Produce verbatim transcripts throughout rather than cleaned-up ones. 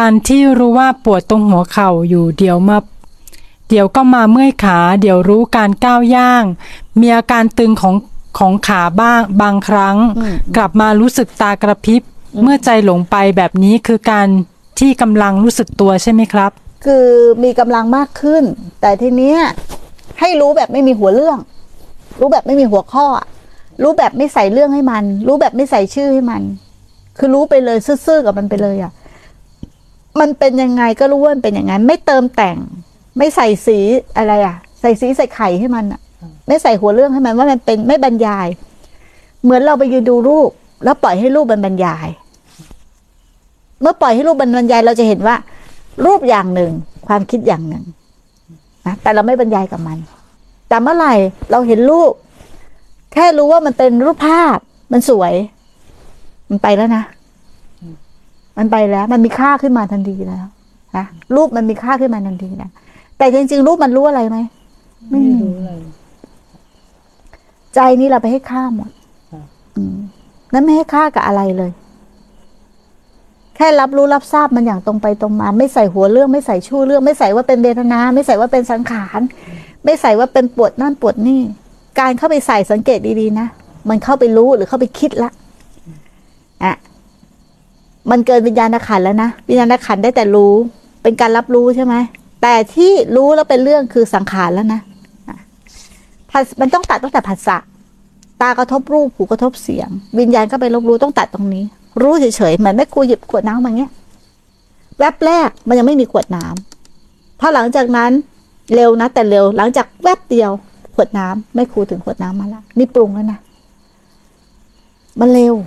การที่รู้ว่าปวดตรงหัวเข่าอยู่เดี๋ยวมาเดี๋ยวก็มาเมื่อยขาเดี๋ยวรู้การก้าวย่างมีอาการตึงของของขาบ้างบางครั้งกลับมารู้สึกตากระพริบเมื่อใจหลงไปแบบนี้คือการที่กำลังรู้สึกตัวใช่ไหมครับคือมีกำลังมากขึ้นแต่ทีเนี้ยให้รู้แบบไม่มีหัวเรื่องรู้แบบไม่มีหัวข้อรู้แบบไม่ใส่เรื่องให้มันรู้แบบไม่ใส่ชื่อให้มันคือรู้ไปเลยซื่อๆกับมันไปเลยอ่ะมันเป็นยังไงก็รู้ว่ามันเป็นอย่างนั้นไม่เติมแต่งไม่ใส่สีอะไรอ่ะใส่สีใส่ไข่ให้มันอ่ะไม่ใส่หัวเรื่องให้มันว่ามันเป็นไม่บรรยายเหมือนเราไปยืนดูรูปแล้วปล่อยให้รูปมันบรรยายเมื่อปล่อยให้รูปมันบรรยายเราจะเห็นว่ารูปอย่างหนึ่งความคิดอย่างหนึ่งนะแต่เราไม่บรรยายกับมันแต่เมื่อไหร่เราเห็นรูปแค่รู้ว่ามันเป็นรูปภาพมันสวยมันไปแล้วนะมันไปแล้วมันมีค่าขึ้นมาทันทีแล้วนะรูปมันมีค่าขึ้นมาทันทีนะแต่จริงๆรูปมันรู้อะไรไหมไม่รู้เลยใจนี้เราไปให้ค่าหมดนั้นไม่ให้ค่ากับอะไรเลยแค่รับรู้รับทราบมันอย่างตรงไปตรงมาไม่ใส่หัวเรื่องไม่ใส่ชู่เรื่องไม่ใส่ว่าเป็นเวทนาไม่ใส่ว่าเป็นสังขารไม่ใส่ว่าเป็นปวดนั่นปวดนี่การเข้าไปใส่สังเกตดีๆนะมันเข้าไปรู้หรือเข้าไปคิดละอ่ะมันเกินวิญญาณขันธ์แล้วนะวิญญาณขันธ์ได้แต่รู้เป็นการรับรู้ใช่ไหมแต่ที่รู้แล้วเป็นเรื่องคือสังขารแล้วนะมันต้องตัดตั้งแต่ผัสสะตากระทบรูปหูกระทบเสียงวิญญาณก็ไปรับรู้ต้องตัดตรงนี้รู้เฉยๆเหมือนแม่ครูหยิบขวดน้ำมาเงี้ยแวบแรกมันยังไม่มีขวดน้ำพอหลังจากนั้นเร็วนะแต่เร็วหลังจากแวบเดียวขวดน้ำแม่ครูถึงขวดน้ำมาแล้วนี่ปรุงแล้วนะมันเร็ว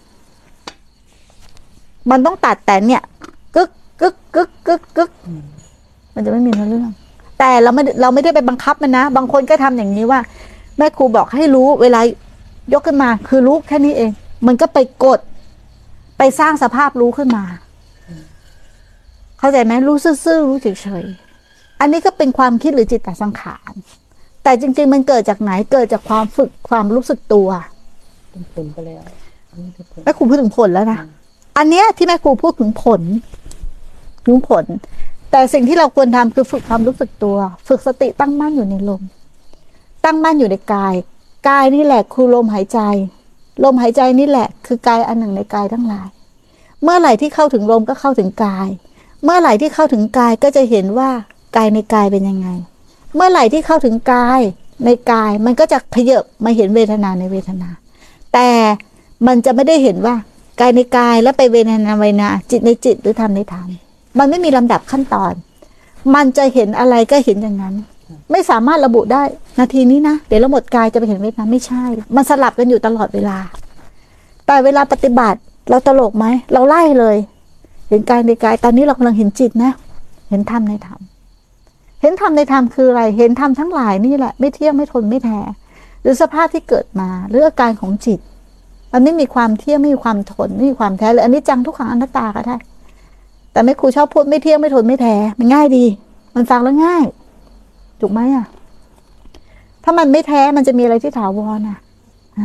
มันต้องตัดแต่เนี่ยกึกกึกกึกกึกกึกมันจะไม่มีเรื่องแต่เราไม่เราไม่ได้ไปบังคับมันนะบางคนก็ทำอย่างนี้ว่าแม่ครูบอกให้รู้เวลายกขึ้นมาคือรู้แค่นี้เองมันก็ไปกดไปสร้างสภาพรู้ขึ้นมาเข้าใจไหมรู้ซื่อๆรู้เฉยๆอันนี้ก็เป็นความคิดหรือจิตตสังขารแต่จริงๆมันเกิดจากไหนเกิดจากความฝึกความรู้สึกตัวเป็นผลไปแล้วแม่ครูพูดถึงผลแล้วนะอันเนี้ยที่แม่ครูพูดถึงผลถึงผลแต่สิ่งที่เราควรทำคือฝึกความรู้สึกตัวฝึกสติตั้งมั่นอยู่ในลมตั้งมั่นอยู่ในกายกายนี่แหละคือลมหายใจลมหายใจนี่แหละคือกายอันหนึ่งในกายทั้งหลายเมื่อไหร่ที่เข้าถึงลมก็เข้าถึงกายเมื่อไหร่ที่เข้าถึงกายก็จะเห็นว่ากายในกายเป็นยังไงเมื่อไหร่ที่เข้าถึงกายในกายมันก็จะขยับมาเห็นเวทนาในเวทนาแต่มันจะไม่ได้เห็นว่ากายในกายแล้วไปเวทนาเวทนาจิตในจิตหรือธรรมในธรรมมันไม่มีลำดับขั้นตอนมันจะเห็นอะไรก็เห็นอย่างนั้นไม่สามารถระบุได้นาทีนี้นะเดี๋ยวเราหมดกายจะไปเห็นเวทนาไม่ใช่มันสลับกันอยู่ตลอดเวลาแต่เวลาปฏิบัติเราตลกไหมเราไล่เลยเห็นกายในกายตอนนี้เรากำลังเห็นจิตนะเห็นธรรมในธรรมเห็นธรรมในธรรมคืออะไรเห็นธรรมทั้งหลายนี่แหละไม่เที่ยงไม่ทนไม่แท้หรือสภาพที่เกิดมาหรืออาการของจิตมันไม่มีความเที่ยงไม่มีความทนไม่มีความแท้เลยอันนี้จังทุกขังอนัตตาก็ได้แต่แม่ครูชอบพูดไม่เที่ยงไม่ทนไม่แท้มันง่ายดีมันฟังแล้วง่ายถูกไหมอ่ะถ้ามันไม่แท้มันจะมีอะไรที่ถาวรอ่ะนะ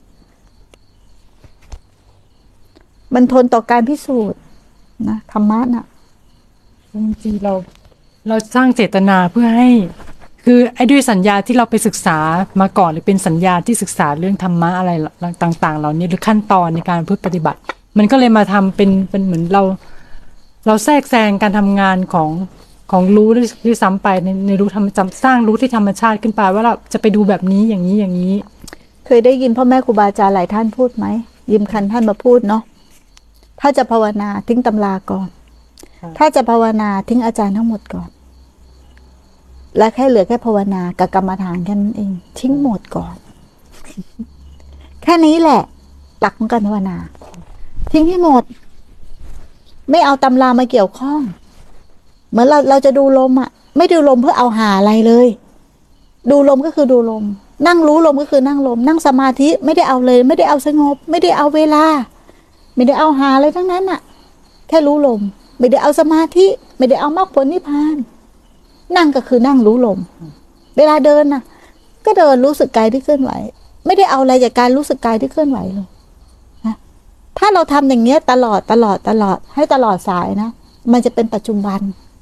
มันทนต่อการพิสูจน์นะธรรมะน่ะจริงๆเราเราสร้างเจตนาเพื่อให้คือไอ้ด้วยสัญญาที่เราไปศึกษามาก่อนหรือเป็นสัญญาที่ศึกษาเรื่องธรรมะอะไรต่างๆเหล่านี้หรือขั้นตอนในการพึ่งปฏิบัติมันก็เลยมาทำเป็นเป็นเหมือนเราเราแทรกแซงการทำงานของของรู้ด้วยซ้ำไปในในรู้ธรรมจำสร้างรู้ที่ธรรมชาติขึ้นไปว่าเราจะไปดูแบบนี้อย่างนี้อย่างนี้เคยได้ยินพ่อแม่ครูบาอาจารย์หลายท่านพูดไหมยิมคันท่านมาพูดเนาะถ้าจะภาวนาทิ้งตำราก่อนถ้าจะภาวนาทิ้งอาจารย์ทั้งหมดก่อนและแค่เหลือแค่ภาวนากับกรรมฐานแค่นั้นเองทิ้งหมดก่อนแค่นี้แหละหลักของการภาวนาทิ้งให้หมดไม่เอาตำรามาเกี่ยวข้องเหมือนเราเราจะดูลมอ่ะไม่ดูลมเพื่อเอาหาอะไรเลยดูลมก็คือดูลมนั่งรู้ลมก็คือนั่งลมนั่งสมาธิไม่ได้เอาเลยไม่ได้เอาสงบไม่ได้เอาเวลาไม่ได้เอาหาอะไรทั้งนั้นอ่ะแค่รู้ลมไม่ได้เอาสมาธิไม่ได้เอามรรคผลนิพพานนั่งก็คือนั่งรู้ลมเวลาเดินน่ะก็เดินรู้สึกกายที่เคลื่อนไหวไม่ได้เอาอะไรจากการรู้สึกกายที่เคลื่อนไหวเลยนะถ้าเราทำอย่างเงี้ยตลอดตลอดตลอดให้ตลอดสายนะมันจะเป็นปัจจุบัน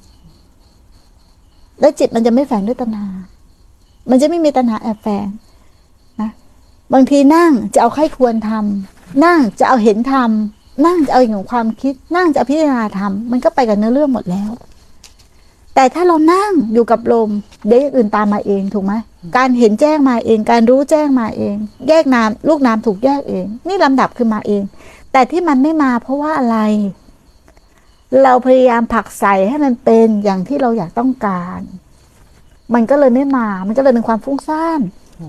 แล้วจิตมันจะไม่แฝงด้วยตัณหา มันจะไม่มีตัณหาแอบแฝงนะบางทีนั่งจะเอาใคร่ควรทำนั่งจะเอาเห็นธรรมนั่งจะเอาอย่างของความคิด นั่งจะเอาพิจารณาธรรมมันก็ไปกับเนื้อเรื่องหมดแล้ว แต่ถ้าเรานั่งอยู่กับลมเดี๋ยวอย่างอื่นตามมาเองถูกไหมการเห็นแจ้งมาเองการรู้แจ้งมาเอง แยกนามลูกนามถูกแยกเอง นี่ลำดับคือมาเอง แต่ที่มันไม่มาเพราะว่าอะไร เราพยายามผลักใส่ให้มันเป็นอย่างที่เราอยากต้องการ มันก็เลยไม่มา มันก็เลยเป็นความฟุ้งซ่าน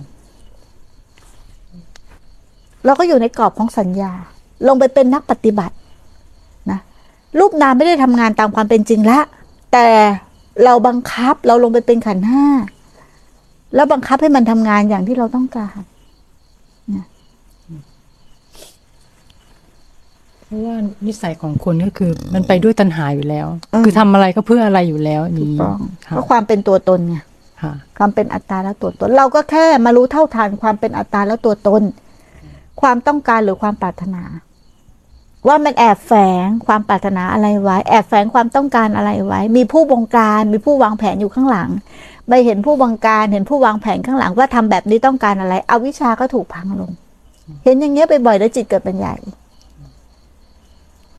เราก็อยู่ในกรอบของสัญญาลงไปเป็นนักปฏิบัตินะรูปนามไม่ได้ทำงานตามความเป็นจริงละแต่เราบังคับเราลงไปเป็นขันธ์ห้าแล้วบังคับให้มันทำงานอย่างที่เราต้องการนะเพราะว่านิสัยของคนก็คือ มันไปด้วยตัณหาอยู่แล้ว คือทำอะไรก็เพื่ออะไรอยู่แล้วนี่เพราะความเป็นตัวตนไงความเป็นอัตตาและตัวตนเราก็แค่มารู้เท่าทันความเป็นอัตตาและตัวตนความต้องการหรือความปรารถนา ว่ามันแอบแฝงความปรารถนาอะไรไว้แอบแฝงความต้องการอะไรไว้มีผู้บงการมีผู้วางแผนอยู่ข้างหลังไม่เห็นผู้บงการเห็นผู้วางแผนข้างหลังว่าทำแบบนี้ต้องการอะไรอวิชชาก็ถูกพังลงเห็นอย่างเงี้ยไปบ่อยแล้วจิตเกิดเป็นใหญ่